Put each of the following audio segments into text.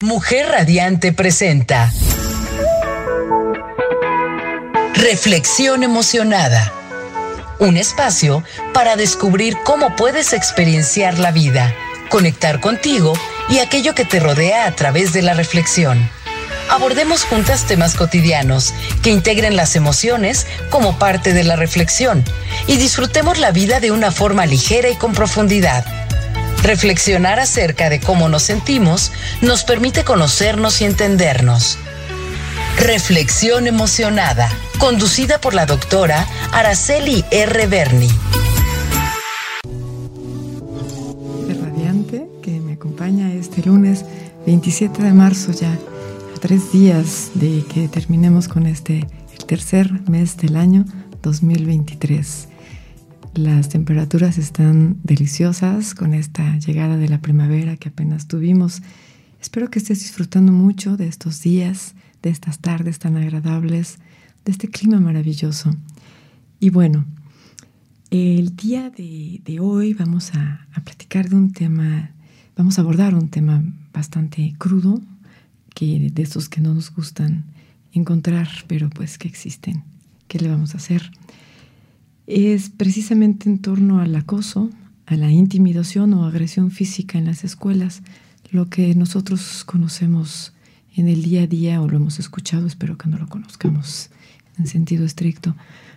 Mujer Radiante presenta Reflexión Emocionada. Un espacio para descubrir cómo puedes experienciar la vida, conectar contigo y aquello que te rodea a través de la reflexión. Abordemos juntas temas cotidianos que integren las emociones como parte de la reflexión y disfrutemos la vida de una forma ligera y con profundidad. Reflexionar acerca de cómo nos sentimos nos permite conocernos y entendernos. Reflexión Emocionada, conducida por la doctora Araceli R. Berni. Radiante que me acompaña este lunes 27 de marzo, ya a 3 días de que terminemos con el tercer mes del año 2023. Las temperaturas están deliciosas con esta llegada de la primavera que apenas tuvimos. Espero que estés disfrutando mucho de estos días, de estas tardes tan agradables, de este clima maravilloso. Y bueno, el día de hoy vamos a platicar de un tema, vamos a abordar un tema bastante crudo, de esos que no nos gustan encontrar, pero pues que existen. ¿Qué le vamos a hacer? Es precisamente en torno al acoso, a la intimidación o agresión física en las escuelas, lo que nosotros conocemos en el día a día o lo hemos escuchado, espero que no lo conozcamos en sentido estricto,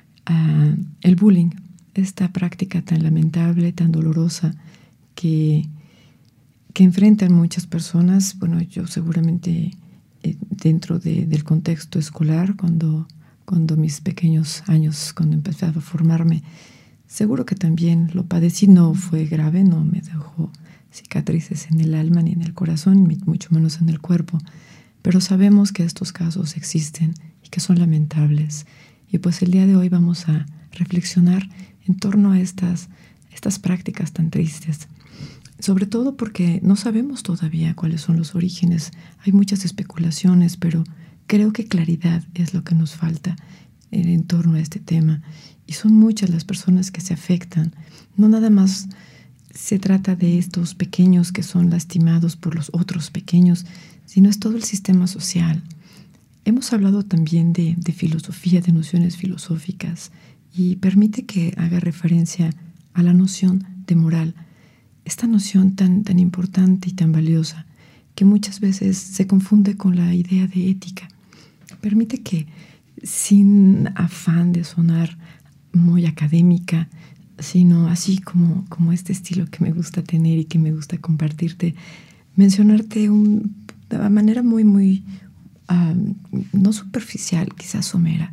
el bullying, esta práctica tan lamentable, tan dolorosa que enfrentan muchas personas. Bueno, yo seguramente dentro del contexto escolar, cuando mis pequeños años, cuando empezaba a formarme, seguro que también lo padecí. No fue grave, no me dejó cicatrices en el alma ni en el corazón, ni mucho menos en el cuerpo, pero sabemos que estos casos existen y que son lamentables. Y pues el día de hoy vamos a reflexionar en torno a estas prácticas tan tristes, sobre todo porque no sabemos todavía cuáles son los orígenes. Hay muchas especulaciones, pero creo que claridad es lo que nos falta en torno a este tema. Y son muchas las personas que se afectan. No nada más se trata de estos pequeños que son lastimados por los otros pequeños, sino es todo el sistema social. Hemos hablado también de filosofía, de nociones filosóficas, y permite que haga referencia a la noción de moral, esta noción tan importante y tan valiosa, que muchas veces se confunde con la idea de ética. Permite que, sin afán de sonar muy académica, sino así como este estilo que me gusta tener y que me gusta compartirte, mencionarte de manera muy no superficial, quizás somera,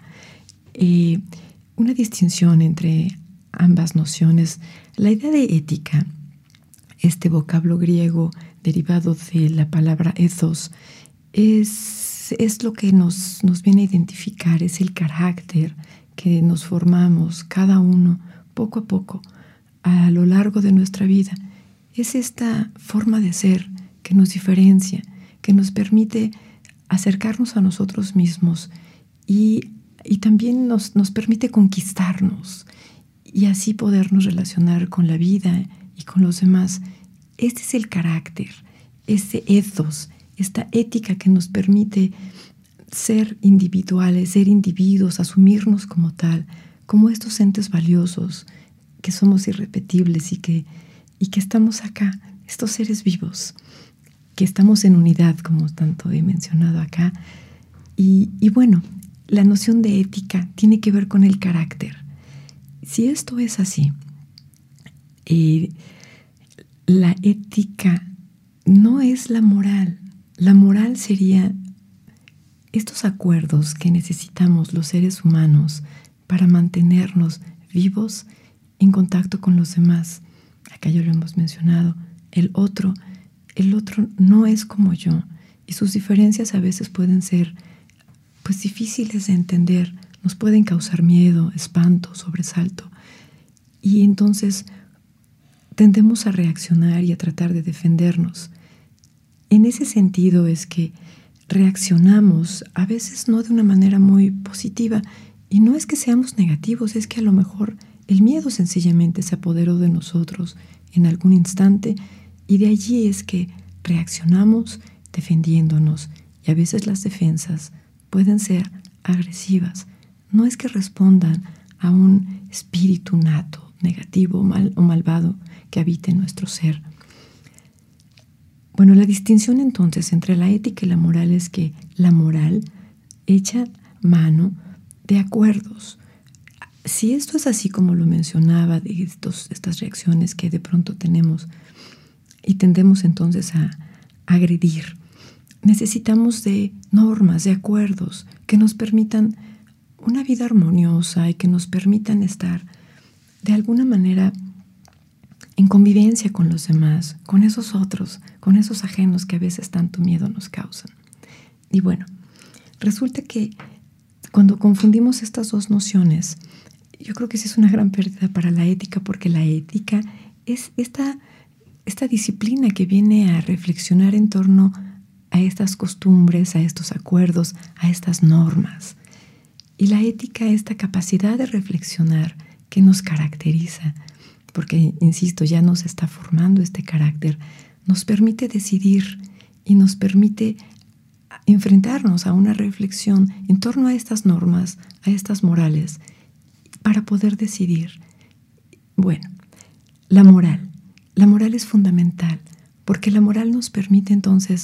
una distinción entre ambas nociones. La idea de ética, este vocablo griego derivado de la palabra ethos, es lo que nos viene a identificar, es el carácter que nos formamos cada uno poco a poco a lo largo de nuestra vida. Es esta forma de ser que nos diferencia, que nos permite acercarnos a nosotros mismos y también nos permite conquistarnos y así podernos relacionar con la vida y con los demás. Este es el carácter, este ethos, esta ética que nos permite ser individuales, ser individuos, asumirnos como tal, como estos entes valiosos, que somos irrepetibles y que estamos acá, estos seres vivos, que estamos en unidad, como tanto he mencionado acá. Y bueno, la noción de ética tiene que ver con el carácter. Si esto es así, la ética no es la moral. La moral sería estos acuerdos que necesitamos los seres humanos para mantenernos vivos en contacto con los demás. Acá ya lo hemos mencionado. El otro no es como yo y sus diferencias a veces pueden ser pues difíciles de entender, nos pueden causar miedo, espanto, sobresalto, y entonces tendemos a reaccionar y a tratar de defendernos. En ese sentido es que reaccionamos a veces no de una manera muy positiva, y no es que seamos negativos, es que a lo mejor el miedo sencillamente se apoderó de nosotros en algún instante, y de allí es que reaccionamos defendiéndonos, y a veces las defensas pueden ser agresivas. No es que respondan a un espíritu nato, negativo o malvado que habita en nuestro ser. Bueno, la distinción entonces entre la ética y la moral es que la moral echa mano de acuerdos. Si esto es así como lo mencionaba, de estas reacciones que de pronto tenemos y tendemos entonces a agredir, necesitamos de normas, de acuerdos que nos permitan una vida armoniosa y que nos permitan estar de alguna manera en convivencia con los demás, con esos otros, con esos ajenos que a veces tanto miedo nos causan. Y bueno, resulta que cuando confundimos estas dos nociones, yo creo que sí es una gran pérdida para la ética, porque la ética es esta disciplina que viene a reflexionar en torno a estas costumbres, a estos acuerdos, a estas normas. Y la ética, esta capacidad de reflexionar que nos caracteriza, porque, insisto, ya nos está formando este carácter, nos permite decidir y nos permite enfrentarnos a una reflexión en torno a estas normas, a estas morales, para poder decidir. Bueno, la moral es fundamental, porque la moral nos permite entonces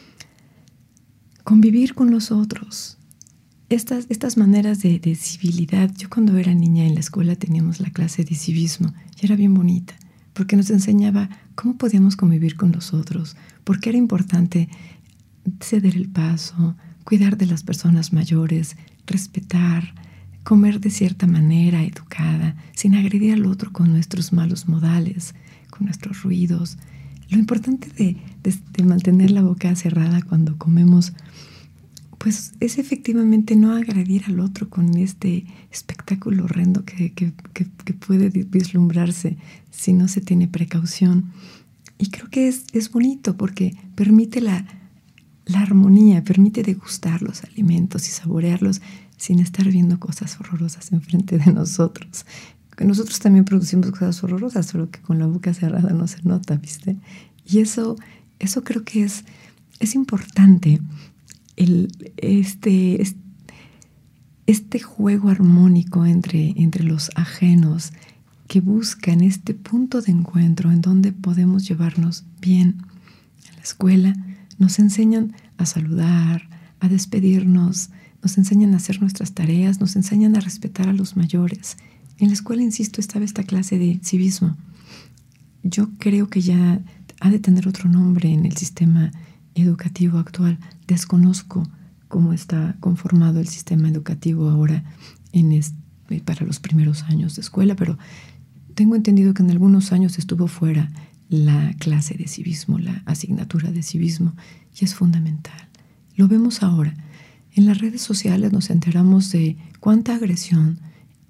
convivir con los otros. Estas maneras de civilidad. Yo cuando era niña en la escuela teníamos la clase de civismo y era bien bonita, porque nos enseñaba cómo podíamos convivir con los otros, por qué era importante ceder el paso, cuidar de las personas mayores, respetar, comer de cierta manera educada, sin agredir al otro con nuestros malos modales, con nuestros ruidos. Lo importante de mantener la boca cerrada cuando comemos, pues es efectivamente no agredir al otro con este espectáculo horrendo que puede vislumbrarse si no se tiene precaución. Y creo que es bonito porque permite la armonía, permite degustar los alimentos y saborearlos sin estar viendo cosas horrorosas enfrente de nosotros. Que nosotros también producimos cosas horrorosas, solo que con la boca cerrada no se nota, ¿viste? Y eso creo que es importante. Este juego armónico entre los ajenos que buscan este punto de encuentro en donde podemos llevarnos bien. En la escuela nos enseñan a saludar, a despedirnos, nos enseñan a hacer nuestras tareas, nos enseñan a respetar a los mayores. En la escuela, insisto, estaba esta clase de civismo. Yo creo que ya ha de tener otro nombre en el sistema educativo actual. Desconozco cómo está conformado el sistema educativo ahora para los primeros años de escuela, pero tengo entendido que en algunos años estuvo fuera la clase de civismo, la asignatura de civismo, y es fundamental. Lo vemos ahora. En las redes sociales nos enteramos de cuánta agresión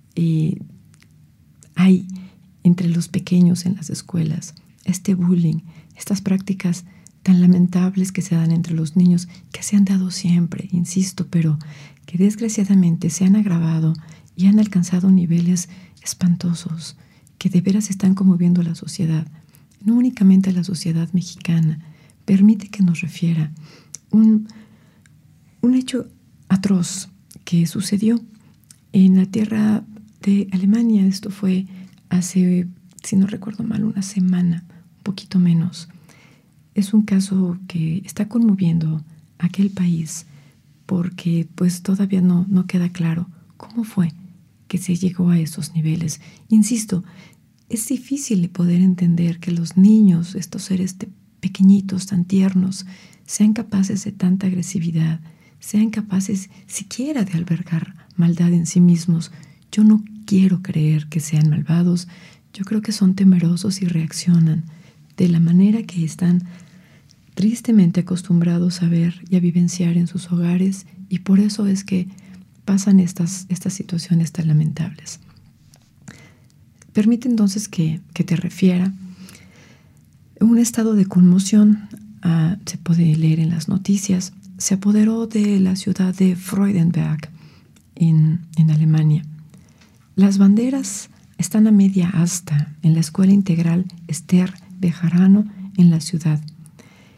hay entre los pequeños en las escuelas, este bullying, estas prácticas tan lamentables que se dan entre los niños, que se han dado siempre, insisto, pero que desgraciadamente se han agravado y han alcanzado niveles espantosos que de veras están conmoviendo a la sociedad, no únicamente a la sociedad mexicana. Permite que nos refiera un hecho atroz que sucedió en la tierra de Alemania. Esto fue hace, si no recuerdo mal, una semana, un poquito menos. Es un caso que está conmoviendo a aquel país porque pues todavía no queda claro cómo fue que se llegó a esos niveles. Insisto, es difícil de poder entender que los niños, estos seres pequeñitos, tan tiernos, sean capaces de tanta agresividad, sean capaces siquiera de albergar maldad en sí mismos. Yo no quiero creer que sean malvados. Yo creo que son temerosos y reaccionan de la manera que están tristemente acostumbrados a ver y a vivenciar en sus hogares, y por eso es que pasan estas situaciones tan lamentables. Permite entonces que te refiera un estado de conmoción. Se puede leer en las noticias. Se apoderó de la ciudad de Freudenberg en Alemania. Las banderas están a media asta en la escuela integral Esther Bejarano en la ciudad.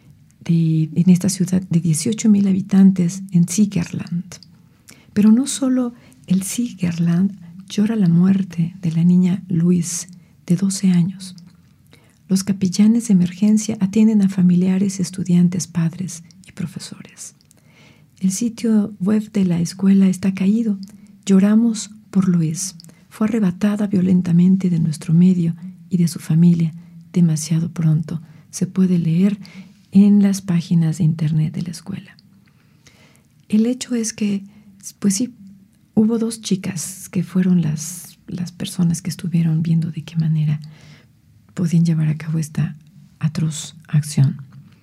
en esta ciudad de 18,000 habitantes en Siegerland. Pero no solo el Siegerland llora la muerte de la niña Louise, de 12 años. Los capellanes de emergencia atienden a familiares, estudiantes, padres y profesores. El sitio web de la escuela está caído. Lloramos por Louise. Fue arrebatada violentamente de nuestro medio y de su familia demasiado pronto. Se puede leer en las páginas de internet de la escuela. El hecho es que, pues sí, hubo 2 chicas que fueron las personas que estuvieron viendo de qué manera podían llevar a cabo esta atroz acción.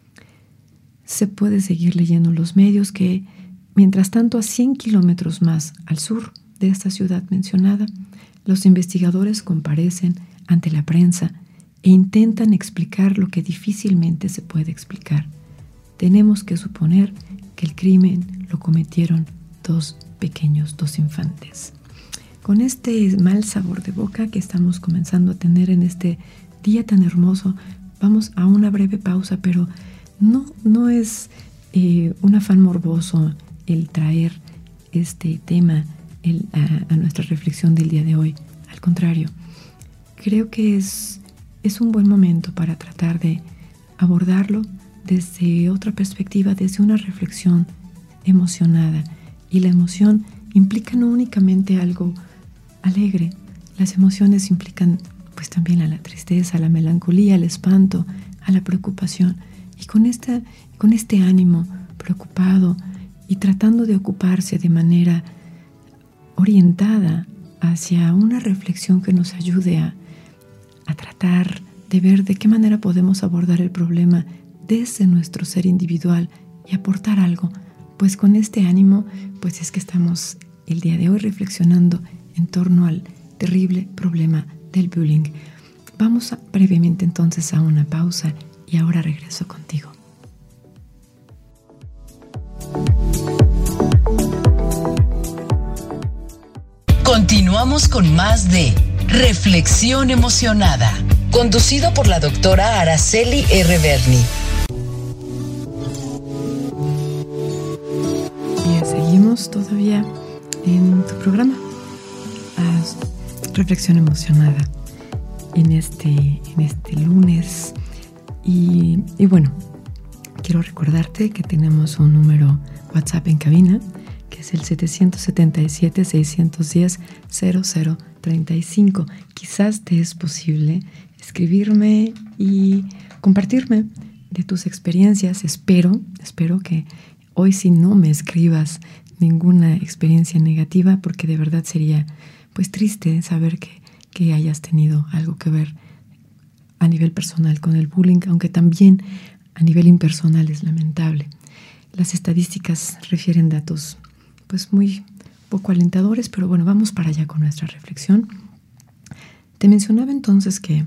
Se puede seguir leyendo en los medios que, mientras tanto, a 100 kilómetros más al sur de esta ciudad mencionada, los investigadores comparecen ante la prensa e intentan explicar lo que difícilmente se puede explicar. Tenemos que suponer que el crimen lo cometieron 2 infantes. Con este mal sabor de boca que estamos comenzando a tener en este día tan hermoso, vamos a una breve pausa, pero no es un afán morboso el traer este tema a nuestra reflexión del día de hoy. Al contrario, creo que es un buen momento para tratar de abordarlo desde otra perspectiva, desde una reflexión emocionada. Y la emoción implica no únicamente algo alegre, las emociones implican pues también a la tristeza, a la melancolía, al espanto, a la preocupación. Y con este ánimo preocupado y tratando de ocuparse de manera orientada hacia una reflexión que nos ayude a tratar de ver de qué manera podemos abordar el problema desde nuestro ser individual y aportar algo. Pues con este ánimo, pues es que estamos el día de hoy reflexionando en torno al terrible problema del bullying. Vamos brevemente entonces a una pausa y ahora regreso contigo. Continuamos con más de Reflexión Emocionada, conducido por la doctora Araceli R. Berni. Seguimos todavía en tu programa Reflexión Emocionada en este lunes y bueno, quiero recordarte que tenemos un número WhatsApp en cabina que es el 777-610-0035. Quizás te es posible escribirme y compartirme de tus experiencias. Espero que hoy sí no me escribas ninguna experiencia negativa, porque de verdad sería pues triste saber que hayas tenido algo que ver a nivel personal con el bullying, aunque también a nivel impersonal es lamentable. Las estadísticas refieren datos pues muy poco alentadores, pero bueno, vamos para allá con nuestra reflexión. Te mencionaba entonces que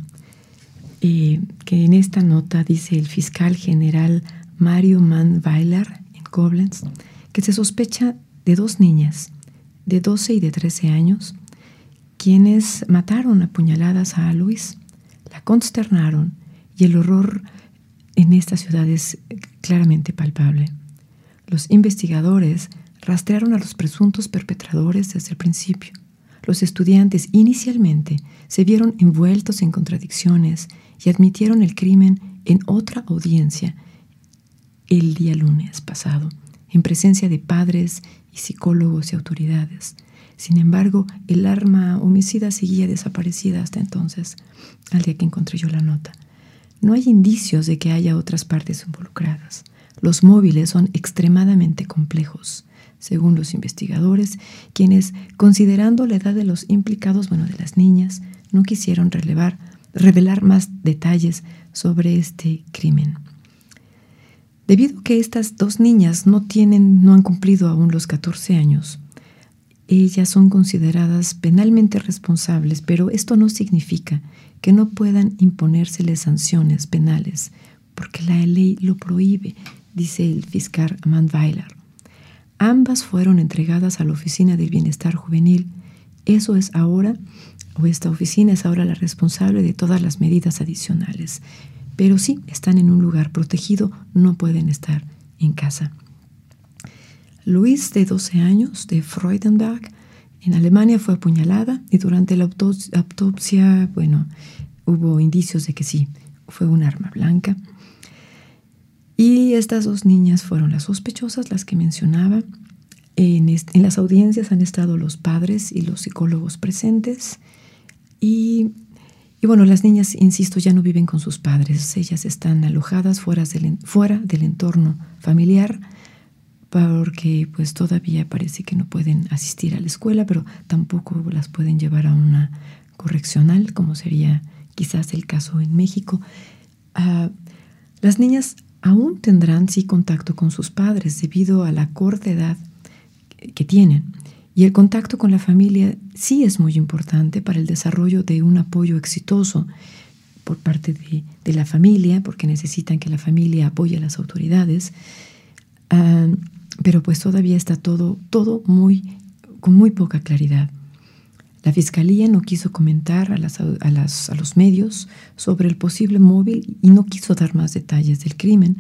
en esta nota dice el fiscal general Mario Mannweiler en Koblenz que se sospecha de 2 niñas de 12 y de 13 años quienes mataron a puñaladas a Louise, la consternaron y el horror en esta ciudad es claramente palpable. Los investigadores rastrearon a los presuntos perpetradores desde el principio. Los estudiantes inicialmente se vieron envueltos en contradicciones y admitieron el crimen en otra audiencia el día lunes pasado, en presencia de padres y psicólogos y autoridades. Sin embargo, el arma homicida seguía desaparecida hasta entonces, al día que encontré yo la nota. No hay indicios de que haya otras partes involucradas. Los móviles son extremadamente complejos, según los investigadores, quienes, considerando la edad de los implicados, de las niñas, no quisieron revelar más detalles sobre este crimen. Debido a que estas 2 niñas no han cumplido aún los 14 años, ellas son consideradas penalmente responsables, pero esto no significa que no puedan imponérseles sanciones penales, porque la ley lo prohíbe, dice el fiscal Mannweiler. Ambas fueron entregadas a la Oficina del Bienestar Juvenil. Esta oficina es ahora la responsable de todas las medidas adicionales. pero sí están en un lugar protegido, no pueden estar en casa. Luis, de 12 años, de Freudenberg, en Alemania, fue apuñalada y durante la autopsia, hubo indicios de que sí, fue un arma blanca. Y estas 2 niñas fueron las sospechosas, las que mencionaba. En las audiencias han estado los padres y los psicólogos presentes. Y las niñas, insisto, ya no viven con sus padres. Ellas están alojadas fuera del entorno familiar porque pues todavía parece que no pueden asistir a la escuela, pero tampoco las pueden llevar a una correccional, como sería quizás el caso en México. Las niñas aún tendrán sí contacto con sus padres debido a la corta edad que tienen. Y el contacto con la familia sí es muy importante para el desarrollo de un apoyo exitoso por parte de la familia, porque necesitan que la familia apoye a las autoridades. Pero pues todavía está todo con muy poca claridad. La Fiscalía no quiso comentar a los medios sobre el posible móvil y no quiso dar más detalles del crimen.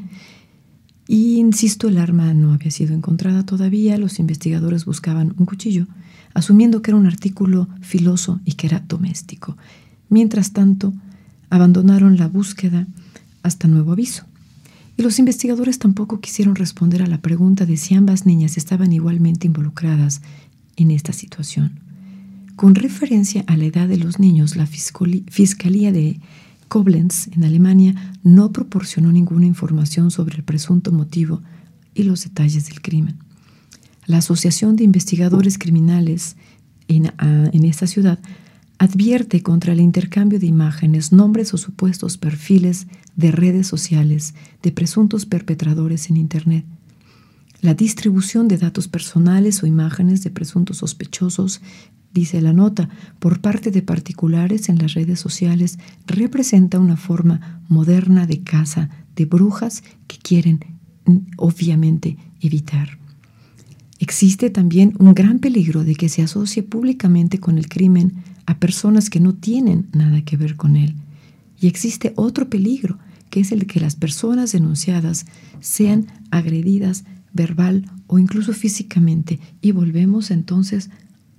Y insisto, el arma no había sido encontrada todavía. Los investigadores buscaban un cuchillo, asumiendo que era un artículo filoso y que era doméstico. Mientras tanto, abandonaron la búsqueda hasta nuevo aviso. Y los investigadores tampoco quisieron responder a la pregunta de si ambas niñas estaban igualmente involucradas en esta situación. Con referencia a la edad de los niños, la Fiscalía de Koblenz, en Alemania, no proporcionó ninguna información sobre el presunto motivo y los detalles del crimen. La Asociación de Investigadores Criminales en esta ciudad advierte contra el intercambio de imágenes, nombres o supuestos perfiles de redes sociales de presuntos perpetradores en Internet. La distribución de datos personales o imágenes de presuntos sospechosos, dice la nota, por parte de particulares en las redes sociales representa una forma moderna de caza de brujas que quieren, obviamente, evitar. Existe también un gran peligro de que se asocie públicamente con el crimen a personas que no tienen nada que ver con él. Y existe otro peligro, que es el de que las personas denunciadas sean agredidas verbal o incluso físicamente. Y volvemos entonces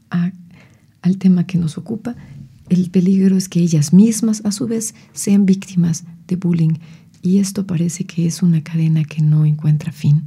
al tema que nos ocupa. El peligro es que ellas mismas, a su vez, sean víctimas de bullying. Y esto parece que es una cadena que no encuentra fin.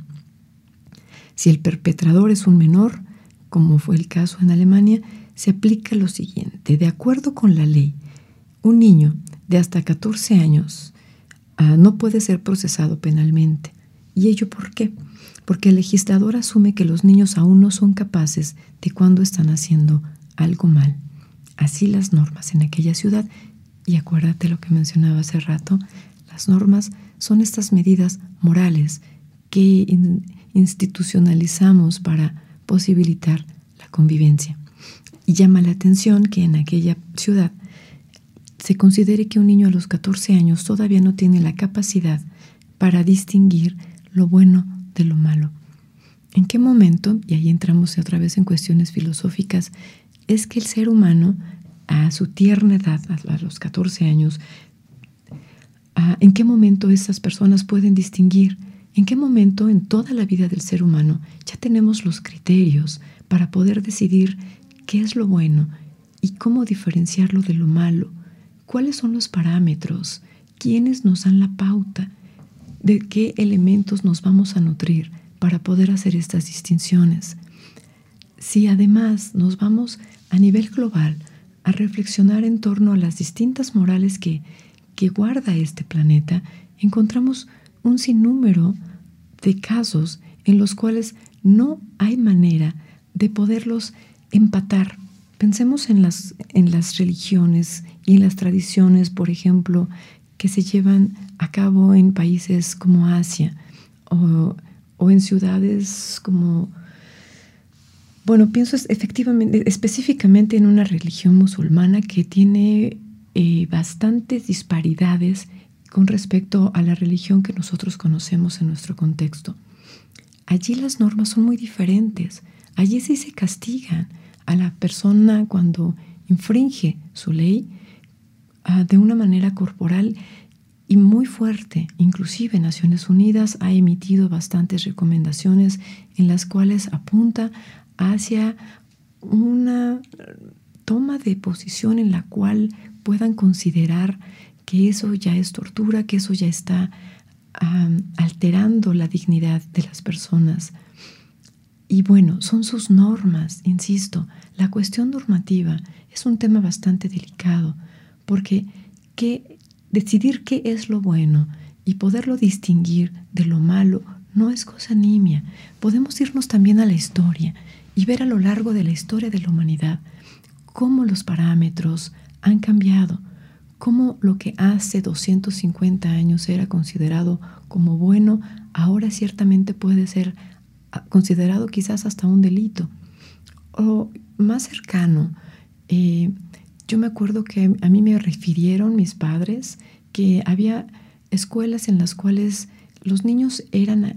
Si el perpetrador es un menor, como fue el caso en Alemania, se aplica lo siguiente. De acuerdo con la ley, un niño de hasta 14 años no puede ser procesado penalmente. ¿Y ello por qué? Porque el legislador asume que los niños aún no son capaces de cuando están haciendo algo mal. Así las normas en aquella ciudad, y acuérdate lo que mencionaba hace rato, las normas son estas medidas morales que institucionalizamos para posibilitar la convivencia. Y llama la atención que en aquella ciudad se considere que un niño a los 14 años todavía no tiene la capacidad para distinguir lo bueno de lo malo. ¿En qué momento, y ahí entramos otra vez en cuestiones filosóficas, es que el ser humano a su tierna edad, a los 14 años, en qué momento esas personas pueden distinguir? ¿En qué momento en toda la vida del ser humano ya tenemos los criterios para poder decidir qué es lo bueno y cómo diferenciarlo de lo malo? ¿Cuáles son los parámetros? ¿Quiénes nos dan la pauta? ¿De qué elementos nos vamos a nutrir para poder hacer estas distinciones? Si además nos vamos a nivel global a reflexionar en torno a las distintas morales que guarda este planeta, encontramos un sinnúmero de casos en los cuales no hay manera de poderlos empatar. Pensemos en las religiones y en las tradiciones, por ejemplo, que se llevan a cabo en países como Asia o en ciudades como... pienso específicamente en una religión musulmana que tiene bastantes disparidades con respecto a la religión que nosotros conocemos en nuestro contexto. Allí las normas son muy diferentes. Allí sí se castigan a la persona cuando infringe su ley de una manera corporal y muy fuerte. Inclusive Naciones Unidas ha emitido bastantes recomendaciones en las cuales apunta hacia una toma de posición en la cual puedan considerar que eso ya es tortura, que eso ya está alterando la dignidad de las personas. Y bueno, son sus normas, insisto. La cuestión normativa es un tema bastante delicado, porque decidir qué es lo bueno y poderlo distinguir de lo malo no es cosa nimia. Podemos irnos también a la historia y ver a lo largo de la historia de la humanidad cómo los parámetros han cambiado, cómo lo que hace 250 años era considerado como bueno, ahora ciertamente puede ser considerado quizás hasta un delito. O más cercano, yo me acuerdo que a mí me refirieron mis padres que había escuelas en las cuales los niños eran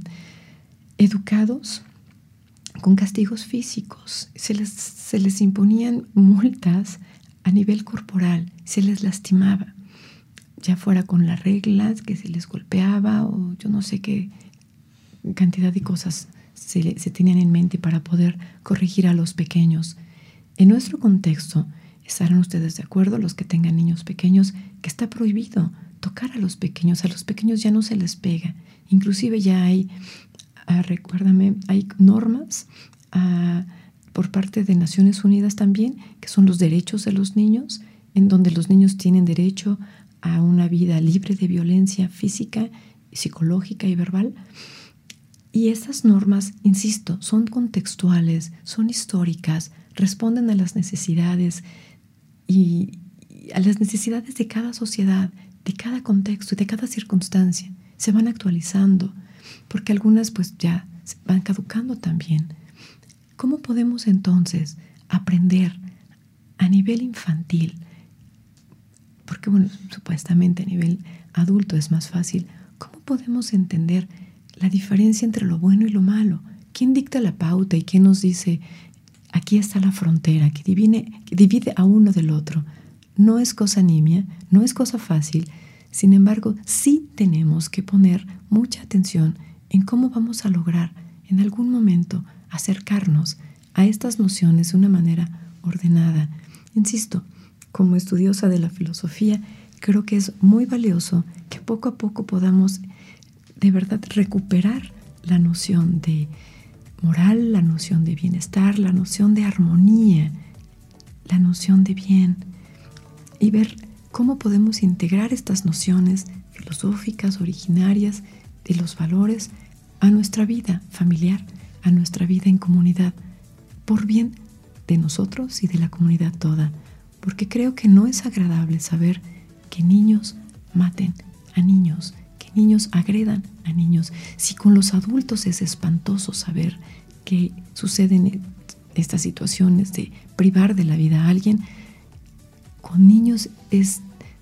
educados con castigos físicos. Se les imponían multas a nivel corporal, se les lastimaba, ya fuera con las reglas, que se les golpeaba o yo no sé qué cantidad de cosas se tenían en mente para poder corregir a los pequeños. En nuestro contexto, ¿estarán ustedes de acuerdo, los que tengan niños pequeños, que está prohibido tocar a los pequeños? A los pequeños ya no se les pega. Inclusive ya hay, hay normas por parte de Naciones Unidas también, que son los derechos de los niños, en donde los niños tienen derecho a una vida libre de violencia física, psicológica y verbal. Y estas normas, insisto, son contextuales, son históricas, responden a las necesidades y a las necesidades de cada sociedad, de cada contexto y de cada circunstancia. Se van actualizando, porque algunas pues ya se van caducando también. ¿Cómo podemos entonces aprender a nivel infantil? Porque bueno, supuestamente a nivel adulto es más fácil. ¿Cómo podemos entender la diferencia entre lo bueno y lo malo? ¿Quién dicta la pauta y quién nos dice aquí está la frontera que divide a uno del otro? No es cosa nimia, no es cosa fácil. Sin embargo, sí tenemos que poner mucha atención en cómo vamos a lograr en algún momento acercarnos a estas nociones de una manera ordenada. Insisto, como estudiosa de la filosofía, creo que es muy valioso que poco a poco podamos de verdad recuperar la noción de moral, la noción de bienestar, la noción de armonía, la noción de bien, y ver cómo podemos integrar estas nociones filosóficas originarias de los valores a nuestra vida familiar, a nuestra vida en comunidad, por bien de nosotros y de la comunidad toda, porque creo que no es agradable saber que niños maten a niños, que niños agredan a niños. Si con los adultos es espantoso saber que suceden estas situaciones de privar de la vida a alguien, con niños es,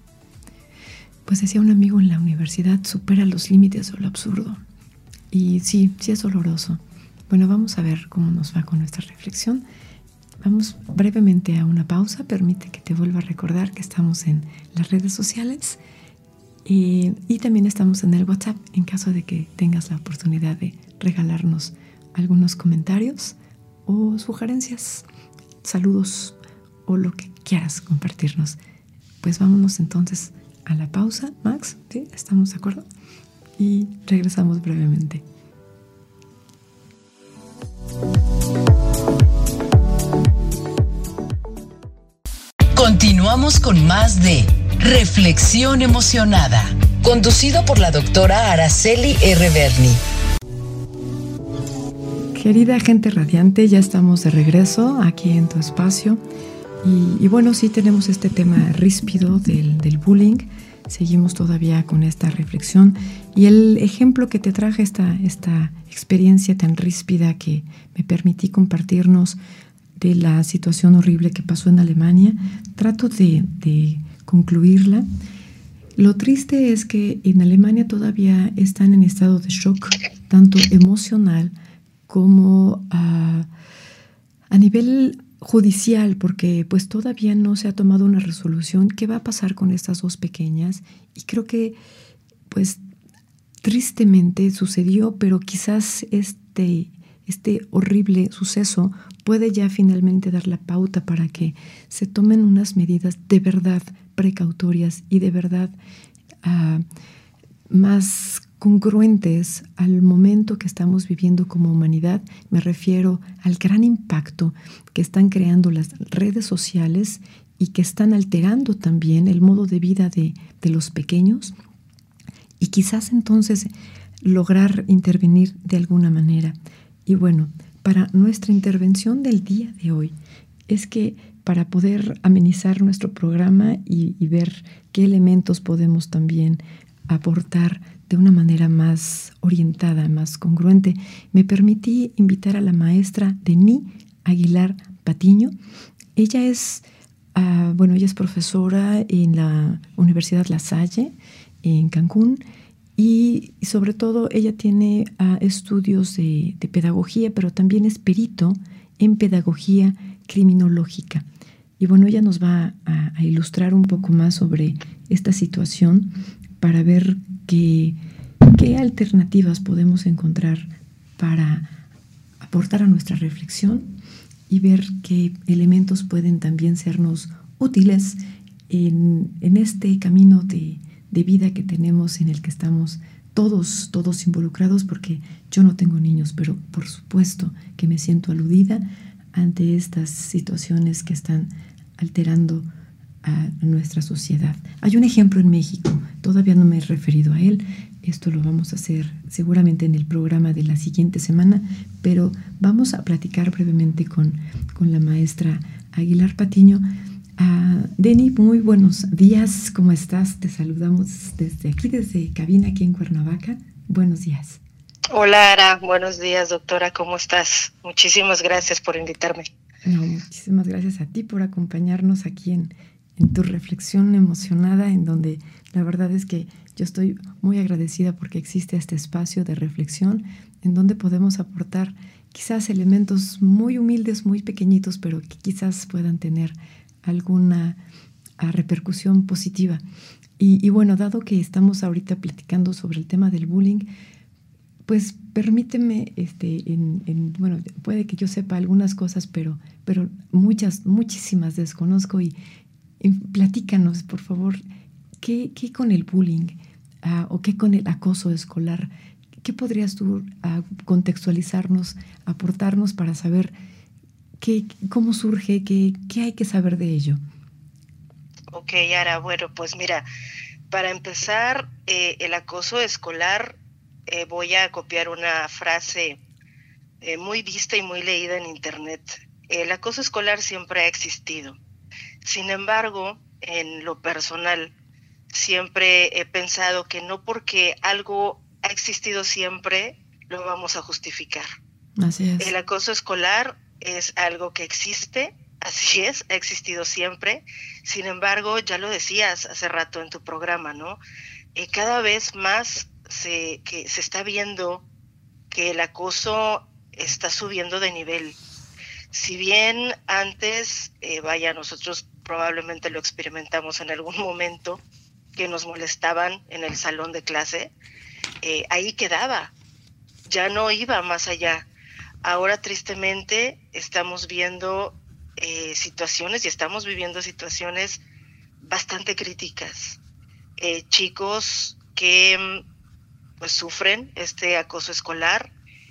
pues decía un amigo en la universidad, supera los límites de lo absurdo. Y sí es doloroso. Bueno, vamos a ver cómo nos va con nuestra reflexión. Vamos brevemente a una pausa. Permite que te vuelva a recordar que estamos en las redes sociales y también estamos en el WhatsApp en caso de que tengas la oportunidad de regalarnos algunos comentarios o sugerencias, saludos o lo que quieras compartirnos. Pues vámonos entonces a la pausa, Max, ¿sí? ¿Estamos de acuerdo? Y regresamos brevemente. Continuamos con más de Reflexión Emocionada, conducido por la doctora Araceli R. Berni. Querida gente radiante, ya estamos de regreso aquí en tu espacio. Y bueno, sí tenemos este tema ríspido del bullying. Seguimos todavía con esta reflexión. Y el ejemplo que te traje, esta experiencia tan ríspida que me permití compartirnos de la situación horrible que pasó en Alemania, trato de concluirla. Lo triste es que en Alemania todavía están en estado de shock, tanto emocional como a nivel judicial, porque pues todavía no se ha tomado una resolución. ¿Qué va a pasar con estas dos pequeñas? Y creo que pues tristemente sucedió, pero quizás este horrible suceso puede ya finalmente dar la pauta para que se tomen unas medidas de verdad precautorias y de verdad más congruentes al momento que estamos viviendo como humanidad. Me refiero al gran impacto que están creando las redes sociales y que están alterando también el modo de vida de los pequeños, y quizás entonces lograr intervenir de alguna manera. Y bueno, para nuestra intervención del día de hoy es que para poder amenizar nuestro programa y ver qué elementos podemos también aportar de una manera más orientada, más congruente, me permití invitar a la maestra Denis Aguilar Patiño. Ella es, ella es profesora en la Universidad La Salle, en Cancún, y sobre todo ella tiene estudios de pedagogía, pero también es perito en pedagogía criminológica. Y bueno, ella nos va a ilustrar un poco más sobre esta situación para ver qué alternativas podemos encontrar para aportar a nuestra reflexión y ver qué elementos pueden también sernos útiles en este camino de vida que tenemos, en el que estamos todos involucrados, porque yo no tengo niños, pero por supuesto que me siento aludida ante estas situaciones que están alterando a nuestra sociedad. Hay un ejemplo en México, todavía no me he referido a él, esto lo vamos a hacer seguramente en el programa de la siguiente semana, pero vamos a platicar brevemente con la maestra Aguilar Patiño. Deni, muy buenos días, ¿cómo estás? Te saludamos desde aquí, desde cabina aquí en Cuernavaca. Buenos días. Hola, Ara, buenos días, doctora, ¿cómo estás? Muchísimas gracias por invitarme. No, muchísimas gracias a ti por acompañarnos aquí en tu reflexión emocionada, en donde la verdad es que yo estoy muy agradecida porque existe este espacio de reflexión en donde podemos aportar quizás elementos muy humildes, muy pequeñitos, pero que quizás puedan tener alguna repercusión positiva. Y bueno, dado que estamos ahorita platicando sobre el tema del bullying, pues permíteme, puede que yo sepa algunas cosas, pero muchísimas desconozco, y platícanos, por favor, ¿qué con el bullying o qué con el acoso escolar? ¿Qué podrías tú contextualizarnos, aportarnos para saber cómo surge, qué hay que saber de ello? Ok, Ara, bueno, pues mira, para empezar, el acoso escolar, voy a copiar una frase muy vista y muy leída en internet. El acoso escolar siempre ha existido. Sin embargo, en lo personal, siempre he pensado que no porque algo ha existido siempre, lo vamos a justificar. Así es. El acoso escolar es algo que existe, así es, ha existido siempre. Sin embargo, ya lo decías hace rato en tu programa, ¿no? Cada vez más se está viendo que el acoso está subiendo de nivel. Si bien antes, nosotros probablemente lo experimentamos en algún momento, que nos molestaban en el salón de clase, ahí quedaba, ya no iba más allá. Ahora, tristemente, estamos viendo situaciones y estamos viviendo situaciones bastante críticas. Chicos que pues sufren este acoso escolar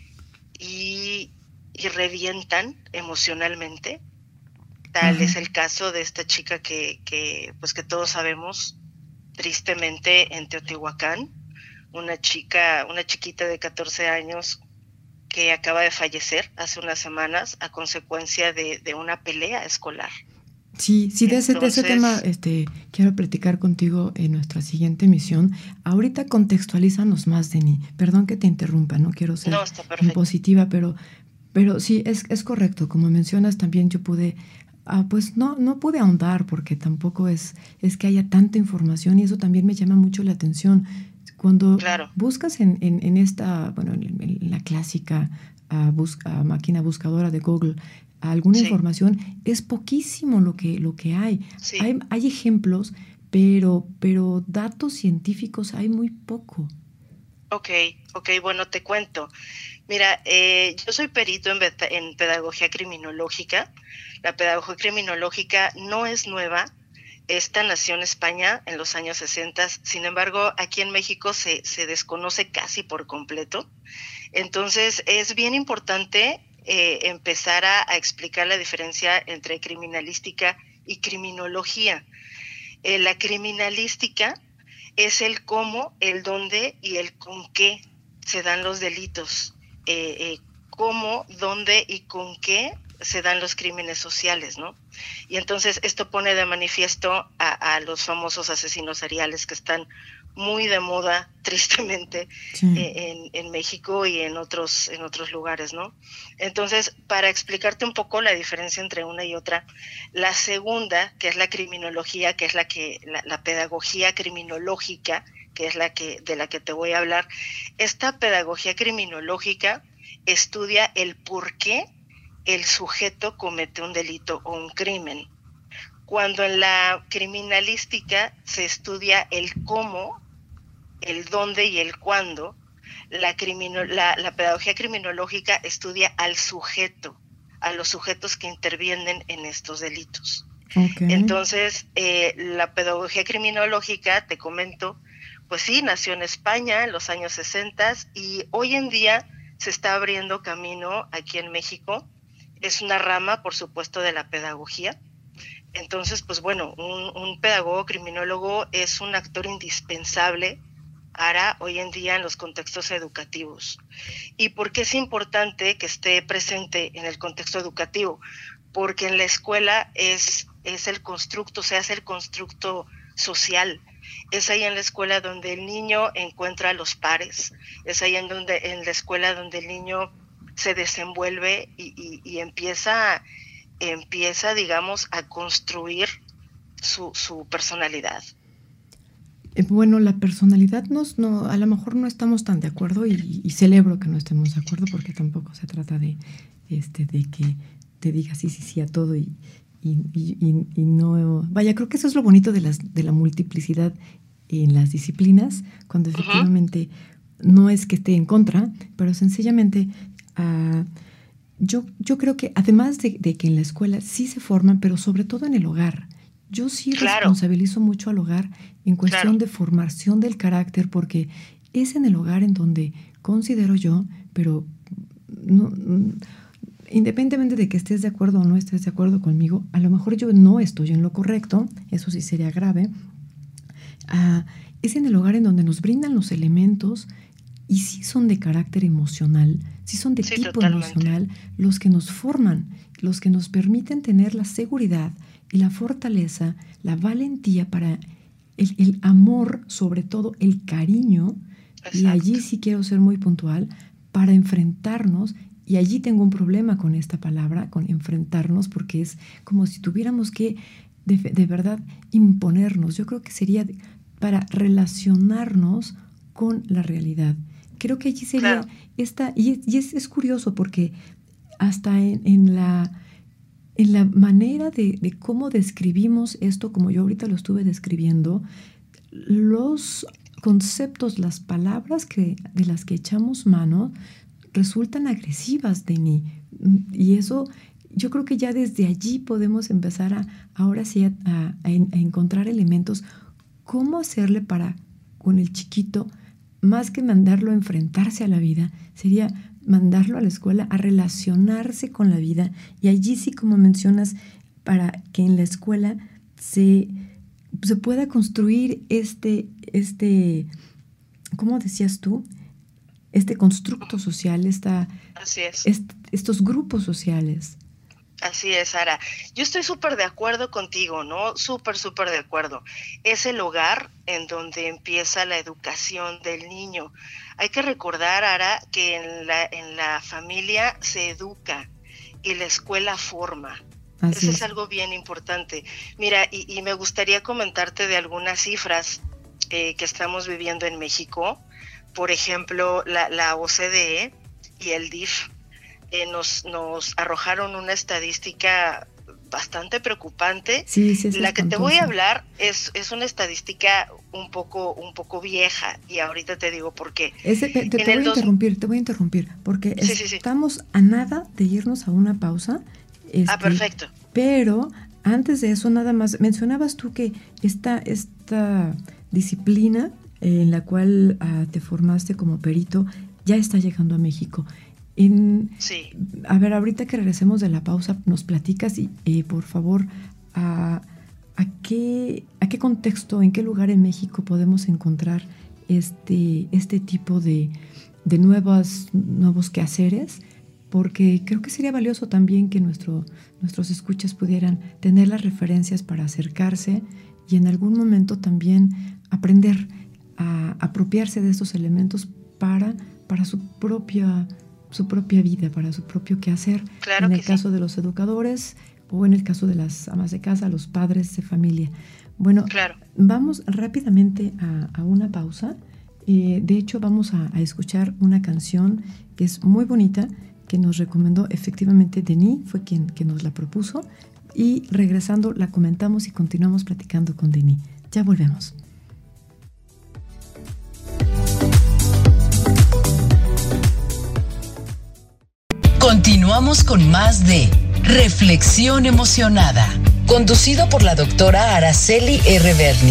y revientan emocionalmente. Tal es el caso de esta chica que todos sabemos, tristemente, en Teotihuacán, una chiquita de 14 años que acaba de fallecer hace unas semanas a consecuencia de una pelea escolar. Sí, de ese tema quiero platicar contigo en nuestra siguiente emisión. Ahorita contextualízanos más, Deni. Perdón que te interrumpa, no quiero ser impositiva, pero sí, es correcto. Como mencionas, también yo pude, pues no pude ahondar porque tampoco es que haya tanta información, y eso también me llama mucho la atención. Cuando buscas en esta, en la clásica máquina buscadora de Google, a alguna Sí. información, es poquísimo lo que hay. Sí. Hay ejemplos, pero datos científicos hay muy poco. Ok, bueno, te cuento. Mira, yo soy perito en pedagogía criminológica. La pedagogía criminológica no es nueva. Esta nació en España en los años 60. Sin embargo, aquí en México se desconoce casi por completo. Entonces, es bien importante empezar a explicar la diferencia entre criminalística y criminología. La criminalística es el cómo, el dónde y el con qué se dan los delitos. Cómo, dónde y con qué se dan los crímenes sociales, ¿no? Y entonces esto pone de manifiesto a los famosos asesinos seriales que están muy de moda, tristemente, Sí. en México y en otros lugares, ¿no? Entonces, para explicarte un poco la diferencia entre una y otra, la segunda, que es la criminología, que es la pedagogía criminológica, que es de la que te voy a hablar, esta pedagogía criminológica estudia el por qué el sujeto comete un delito o un crimen. Cuando en la criminalística se estudia el cómo, el dónde y el cuándo, la pedagogía criminológica estudia al sujeto, a los sujetos que intervienen en estos delitos. Okay. Entonces, la pedagogía criminológica, te comento, pues sí, nació en España en los años 60 y hoy en día se está abriendo camino aquí en México. Es una rama, por supuesto, de la pedagogía. Entonces, pues bueno, un pedagogo criminólogo es un actor indispensable ahora, hoy en día, en los contextos educativos. ¿Y por qué es importante que esté presente en el contexto educativo? Porque en la escuela es el constructo, se hace el constructo social. Es ahí en la escuela donde el niño encuentra a los pares, es ahí en la escuela donde el niño se desenvuelve y empieza, digamos, a construir su personalidad. Bueno, la personalidad a lo mejor no estamos tan de acuerdo y celebro que no estemos de acuerdo porque tampoco se trata de que te diga sí a todo y no. Vaya, creo que eso es lo bonito de la multiplicidad en las disciplinas, cuando efectivamente no es que esté en contra, pero sencillamente yo creo que además de que en la escuela sí se forman, pero sobre todo en el hogar. Yo sí responsabilizo mucho al hogar en cuestión de formación del carácter, porque es en el hogar en donde considero yo, pero no, independientemente de que estés de acuerdo o no estés de acuerdo conmigo, a lo mejor yo no estoy en lo correcto, eso sí sería grave. Es en el hogar en donde nos brindan los elementos y sí son de carácter emocional, sí son de tipo totalmente emocional, los que nos forman, los que nos permiten tener la seguridad y la fortaleza, la valentía para el amor, sobre todo el cariño. Exacto. Y allí sí quiero ser muy puntual, para enfrentarnos, y allí tengo un problema con esta palabra, con enfrentarnos, porque es como si tuviéramos que de verdad imponernos. Yo creo que sería para relacionarnos con la realidad. Creo que allí sería esta, y es curioso porque hasta en la manera de cómo describimos esto, como yo ahorita lo estuve describiendo, los conceptos, las palabras de las que echamos mano resultan agresivas de mí. Y eso, yo creo que ya desde allí podemos empezar ahora sí a encontrar elementos. ¿Cómo hacerle para, con el chiquito, más que mandarlo a enfrentarse a la vida, sería mandarlo a la escuela a relacionarse con la vida? Y allí sí, como mencionas, para que en la escuela se pueda construir ¿cómo decías tú? Este constructo social, Así es. Estos grupos sociales. Así es, Sara. Yo estoy súper de acuerdo contigo, ¿no? Súper de acuerdo. Es el hogar en donde empieza la educación del niño. Hay que recordar, Ara, que en la familia se educa y la escuela forma. Eso es algo bien importante. Mira, y me gustaría comentarte de algunas cifras que estamos viviendo en México. Por ejemplo, la OCDE y el DIF nos arrojaron una estadística bastante preocupante. Sí, la que te voy a hablar es una estadística un poco vieja, y ahorita te digo por qué. Te voy a interrumpir, porque estamos a nada de irnos a una pausa. Perfecto. Pero antes de eso, nada más, mencionabas tú que esta disciplina en la cual te formaste como perito ya está llegando a México. Sí. A ver, ahorita que regresemos de la pausa, nos platicas y por favor, ¿a qué contexto, en qué lugar en México podemos encontrar este tipo de nuevos quehaceres? Porque creo que sería valioso también que nuestros escuchas pudieran tener las referencias para acercarse y en algún momento también aprender a apropiarse de estos elementos para su propia vida, para su propio quehacer. Claro, en el caso de los educadores o en el caso de las amas de casa, los padres de familia. Bueno, claro. Vamos rápidamente a una pausa. De hecho, vamos a escuchar una canción que es muy bonita, que nos recomendó efectivamente Denis, fue quien nos la propuso, y regresando la comentamos y continuamos platicando con Denis. Ya volvemos. Continuamos con más de Reflexión Emocionada, conducido por la doctora Araceli R. Berni.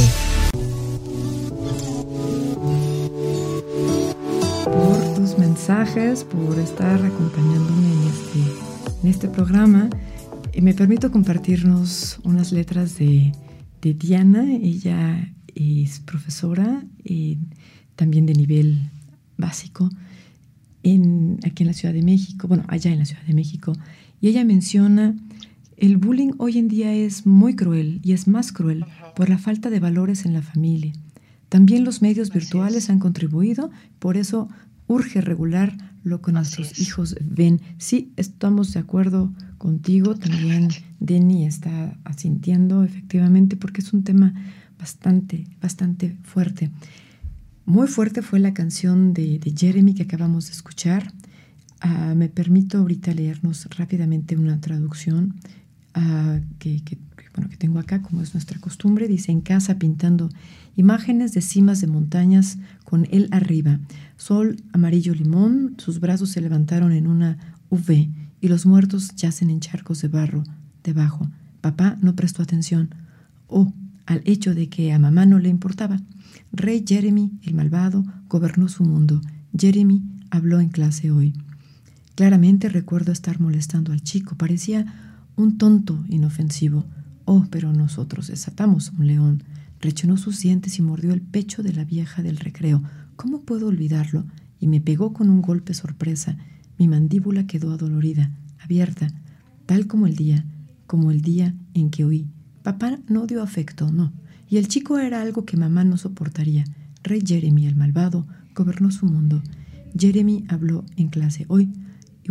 Por tus mensajes, por estar acompañándome en este programa. Me permito compartirnos unas letras de Diana. Ella es profesora, también de nivel básico, aquí en la Ciudad de México, allá en la Ciudad de México, y ella menciona: el bullying hoy en día es muy cruel y es más cruel por la falta de valores en la familia. También los medios virtuales han contribuido, por eso urge regular lo que nuestros hijos ven. Sí, estamos de acuerdo contigo, también Denis está asintiendo efectivamente, porque es un tema bastante fuerte. Muy fuerte fue la canción de Jeremy que acabamos de escuchar. Me permito ahorita leernos rápidamente una traducción que tengo acá, como es nuestra costumbre. Dice: en casa pintando imágenes de cimas de montañas con él arriba. Sol amarillo limón, sus brazos se levantaron en una V y los muertos yacen en charcos de barro debajo. Papá no prestó atención. Al hecho de que a mamá no le importaba. Rey Jeremy, el malvado, gobernó su mundo. Jeremy habló en clase hoy. Claramente recuerdo estar molestando al chico. Parecía un tonto inofensivo. Pero nosotros desatamos un león. Rechinó sus dientes y mordió el pecho de la vieja del recreo. ¿Cómo puedo olvidarlo? Y me pegó con un golpe sorpresa. Mi mandíbula quedó adolorida, abierta, tal como el día en que oí. Papá no dio afecto, no. Y el chico era algo que mamá no soportaría. Rey Jeremy, el malvado, gobernó su mundo. Jeremy habló en clase hoy. Y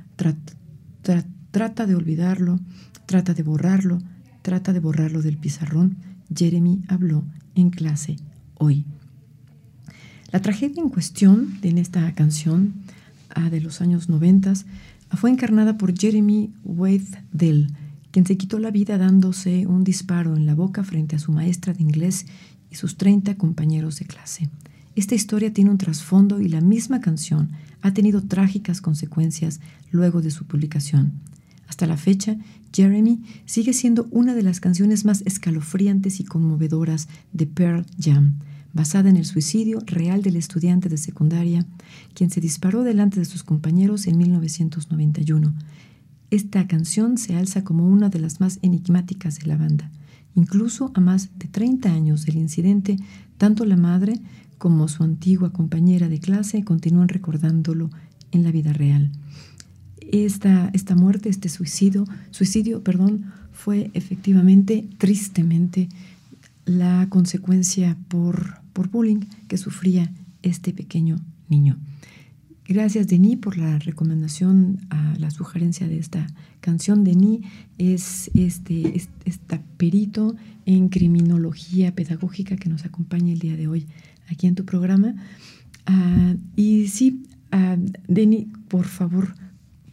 trata de olvidarlo, trata de borrarlo del pizarrón. Jeremy habló en clase hoy. La tragedia en cuestión en esta canción de los años 90 fue encarnada por Jeremy Weithdell, quien se quitó la vida dándose un disparo en la boca frente a su maestra de inglés y sus 30 compañeros de clase. Esta historia tiene un trasfondo y la misma canción ha tenido trágicas consecuencias luego de su publicación. Hasta la fecha, Jeremy sigue siendo una de las canciones más escalofriantes y conmovedoras de Pearl Jam, basada en el suicidio real del estudiante de secundaria, quien se disparó delante de sus compañeros en 1991. Esta canción se alza como una de las más enigmáticas de la banda. Incluso a más de 30 años del incidente, tanto la madre como su antigua compañera de clase continúan recordándolo en la vida real. Esta muerte, este suicidio, fue efectivamente, tristemente, la consecuencia por bullying que sufría este pequeño niño. Gracias, Denis, por la recomendación, a la sugerencia de esta canción. Denis es esta perito en criminología pedagógica que nos acompaña el día de hoy aquí en tu programa. Y sí, Denis, por favor,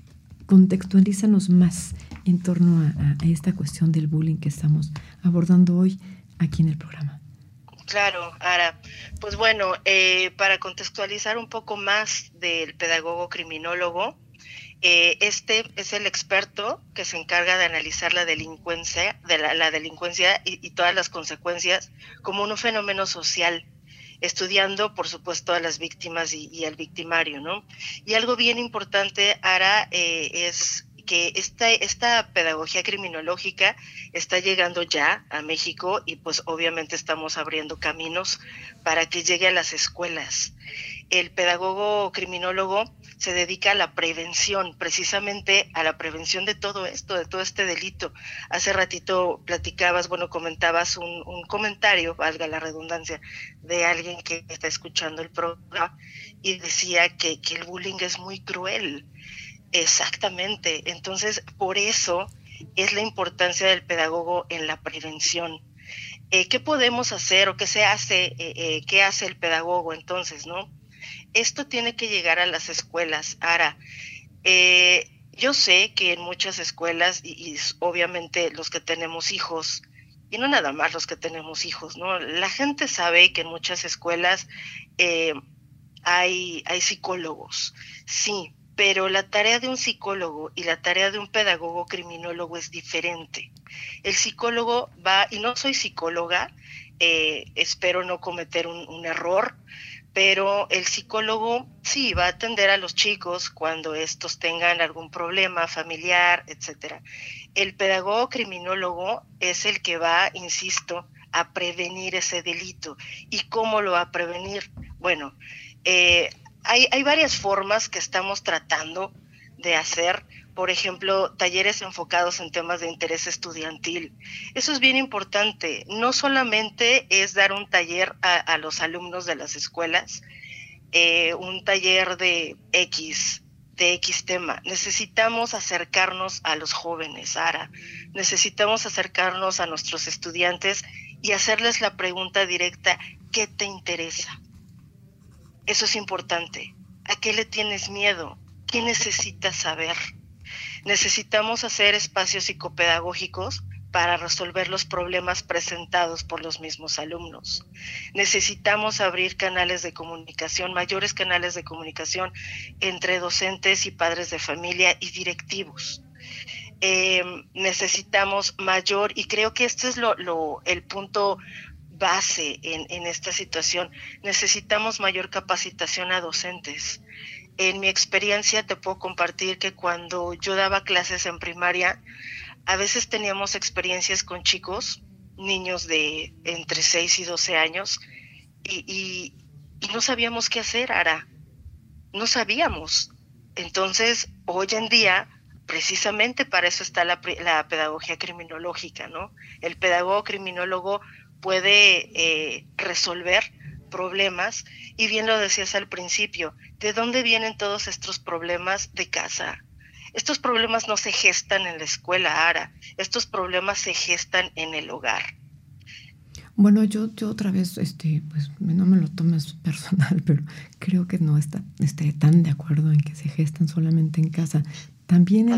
contextualízanos más en torno a esta cuestión del bullying que estamos abordando hoy aquí en el programa. Claro, Ara. Pues bueno, para contextualizar un poco más del pedagogo criminólogo, este es el experto que se encarga de analizar la delincuencia, la delincuencia y todas las consecuencias como un fenómeno social, estudiando, por supuesto, a las víctimas y al victimario, ¿no? Y algo bien importante, Ara, es que esta pedagogía criminológica está llegando ya a México y pues obviamente estamos abriendo caminos para que llegue a las escuelas. El pedagogo criminólogo se dedica a la prevención, precisamente a la prevención de todo esto, de todo este delito. Hace ratito platicabas, comentabas un comentario, valga la redundancia, de alguien que está escuchando el programa y decía que el bullying es muy cruel. Exactamente. Entonces, por eso es la importancia del pedagogo en la prevención. ¿Qué podemos hacer o qué se hace, qué hace el pedagogo entonces, no? Esto tiene que llegar a las escuelas. Ahora, yo sé que en muchas escuelas, y obviamente los que tenemos hijos, y no nada más los que tenemos hijos, ¿no? La gente sabe que en muchas escuelas hay psicólogos, sí, pero la tarea de un psicólogo y la tarea de un pedagogo criminólogo es diferente. El psicólogo va, y no soy psicóloga, espero no cometer un error, pero el psicólogo sí va a atender a los chicos cuando estos tengan algún problema familiar, etcétera. El pedagogo criminólogo es el que va, insisto, a prevenir ese delito. ¿Y cómo lo va a prevenir? Bueno, hay varias formas que estamos tratando de hacer. Por ejemplo, talleres enfocados en temas de interés estudiantil. Eso es bien importante. No solamente es dar un taller a los alumnos de las escuelas, un taller de X tema. Necesitamos acercarnos a los jóvenes, Ara. Necesitamos acercarnos a nuestros estudiantes y hacerles la pregunta directa, ¿qué te interesa? Eso es importante. ¿A qué le tienes miedo? ¿Qué necesitas saber? Necesitamos hacer espacios psicopedagógicos para resolver los problemas presentados por los mismos alumnos. Necesitamos abrir canales de comunicación, mayores canales de comunicación entre docentes y padres de familia y directivos. Necesitamos mayor, y creo que este es el punto base en esta situación, necesitamos mayor capacitación a docentes. En mi experiencia te puedo compartir que cuando yo daba clases en primaria, a veces teníamos experiencias con chicos, niños de entre 6 y 12 años, y no sabíamos qué hacer, Ara. No sabíamos. Entonces, hoy en día, precisamente para eso está la pedagogía criminológica, ¿no? El pedagogo criminólogo puede resolver problemas, y bien lo decías al principio, ¿de dónde vienen todos estos problemas? De casa. Estos problemas no se gestan en la escuela, Ara, estos problemas se gestan en el hogar. Bueno, yo otra vez, pues no me lo tomes personal, pero creo que no esté tan de acuerdo en que se gestan solamente en casa. También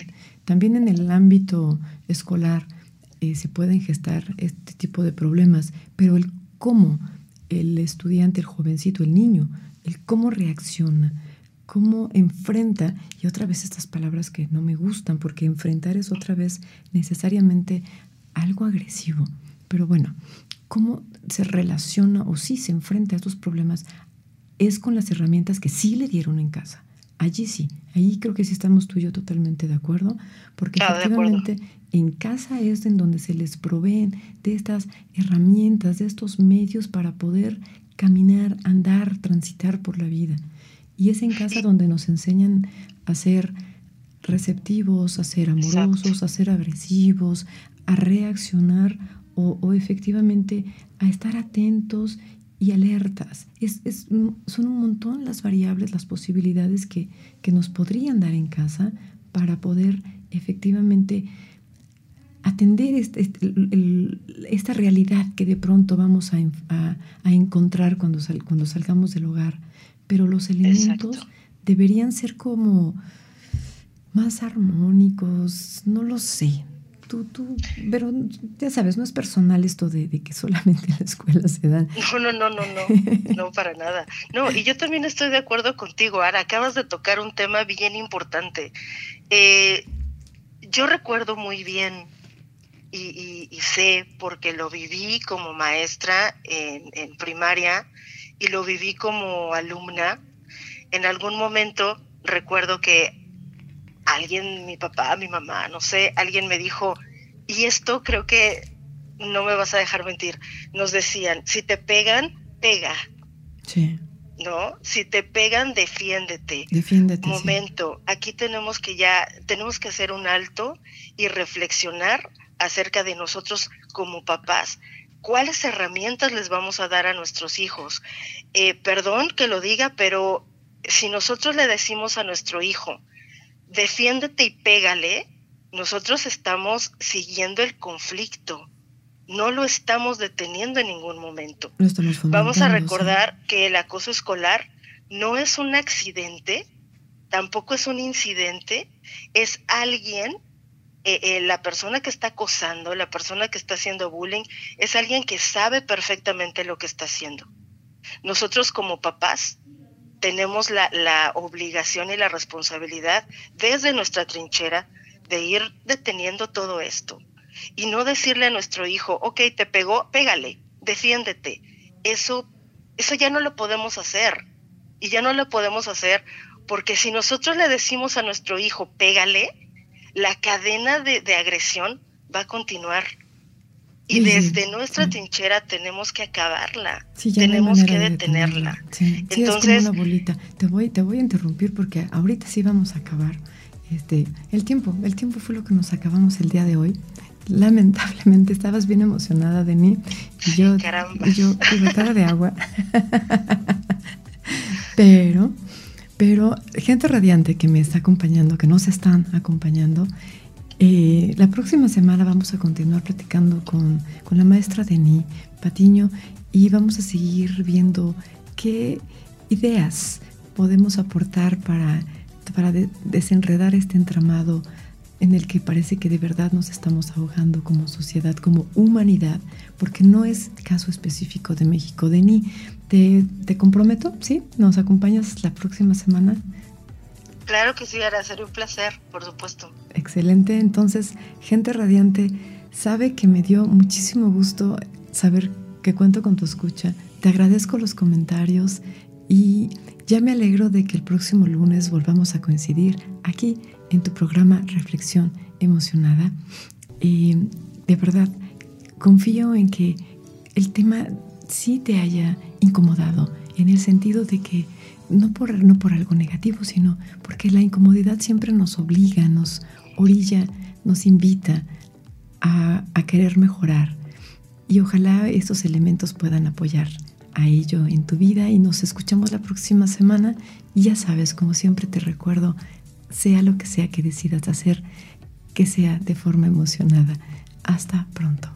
en el ámbito escolar se pueden gestar este tipo de problemas, pero el cómo el estudiante, el jovencito, el niño, el cómo reacciona, cómo enfrenta, y otra vez estas palabras que no me gustan, porque enfrentar es otra vez necesariamente algo agresivo, pero bueno, cómo se relaciona o sí se enfrenta a estos problemas es con las herramientas que sí le dieron en casa. Allí sí, ahí creo que sí estamos tú y yo totalmente de acuerdo, porque efectivamente en casa es en donde se les proveen de estas herramientas, de estos medios para poder caminar, andar, transitar por la vida. Y es en casa donde nos enseñan a ser receptivos, a ser amorosos, Exacto. A ser agresivos, a reaccionar o efectivamente a estar atentos y alertas. Son un montón las variables, las posibilidades que nos podrían dar en casa para poder efectivamente atender esta realidad que de pronto vamos a encontrar cuando salgamos del hogar. Pero los elementos Exacto. deberían ser como más armónicos, no lo sé. Pero ya sabes, no es personal esto de que solamente en la escuela se dan. No, para nada. No, y yo también estoy de acuerdo contigo, Ara, acabas de tocar un tema bien importante. Yo recuerdo muy bien y sé, porque lo viví como maestra en primaria y lo viví como alumna. En algún momento recuerdo que alguien, mi papá, mi mamá, no sé, alguien me dijo, y esto creo que no me vas a dejar mentir, nos decían, si te pegan, pega. Sí. ¿No? Si te pegan, defiéndete. Momento, sí. Aquí tenemos que hacer un alto y reflexionar acerca de nosotros como papás. ¿Cuáles herramientas les vamos a dar a nuestros hijos? Perdón que lo diga, pero si nosotros le decimos a nuestro hijo, defiéndete y pégale, nosotros estamos siguiendo el conflicto, no lo estamos deteniendo en ningún momento. Vamos a recordar que el acoso escolar no es un accidente, tampoco es un incidente, es alguien, la persona que está acosando, la persona que está haciendo bullying, es alguien que sabe perfectamente lo que está haciendo. Nosotros como papás tenemos la obligación y la responsabilidad desde nuestra trinchera de ir deteniendo todo esto y no decirle a nuestro hijo, ok, te pegó, pégale, defiéndete. Eso ya no lo podemos hacer, y ya no lo podemos hacer porque si nosotros le decimos a nuestro hijo, pégale, la cadena de agresión va a continuar. Y desde nuestra trinchera tenemos que acabarla, tenemos que detenerla. Sí, entonces, es como una bolita. Te voy a interrumpir porque ahorita sí vamos a acabar. El tiempo fue lo que nos acabamos el día de hoy. Lamentablemente estabas bien emocionada de mí. Y yo tuve cara de agua. Pero gente radiante que me está acompañando, que nos están acompañando. La próxima semana vamos a continuar platicando con la maestra Denis Patiño y vamos a seguir viendo qué ideas podemos aportar para desenredar este entramado en el que parece que de verdad nos estamos ahogando como sociedad, como humanidad, porque no es caso específico de México. Denis, ¿te comprometo? ¿Sí? ¿Nos acompañas la próxima semana? Claro que sí, Ara, sería un placer, por supuesto. Excelente, entonces, gente radiante, sabe que me dio muchísimo gusto saber que cuento con tu escucha. Te agradezco los comentarios y ya me alegro de que el próximo lunes volvamos a coincidir aquí en tu programa Reflexión Emocionada. De verdad, confío en que el tema sí te haya incomodado, en el sentido de que no por algo negativo, sino porque la incomodidad siempre nos obliga, nos orilla, nos invita a querer mejorar. Y ojalá estos elementos puedan apoyar a ello en tu vida. Y nos escuchamos la próxima semana. Y ya sabes, como siempre te recuerdo, sea lo que sea que decidas hacer, que sea de forma emocionada. Hasta pronto.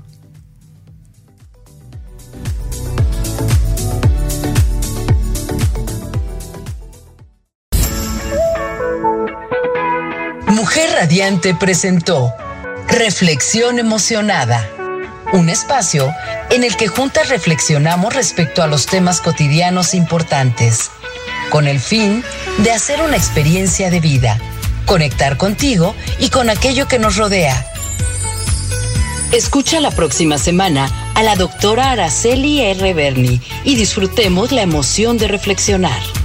Mujer Radiante presentó Reflexión Emocionada, un espacio en el que juntas reflexionamos respecto a los temas cotidianos importantes, con el fin de hacer una experiencia de vida, conectar contigo y con aquello que nos rodea. Escucha la próxima semana a la doctora Araceli R. Berni y disfrutemos la emoción de reflexionar.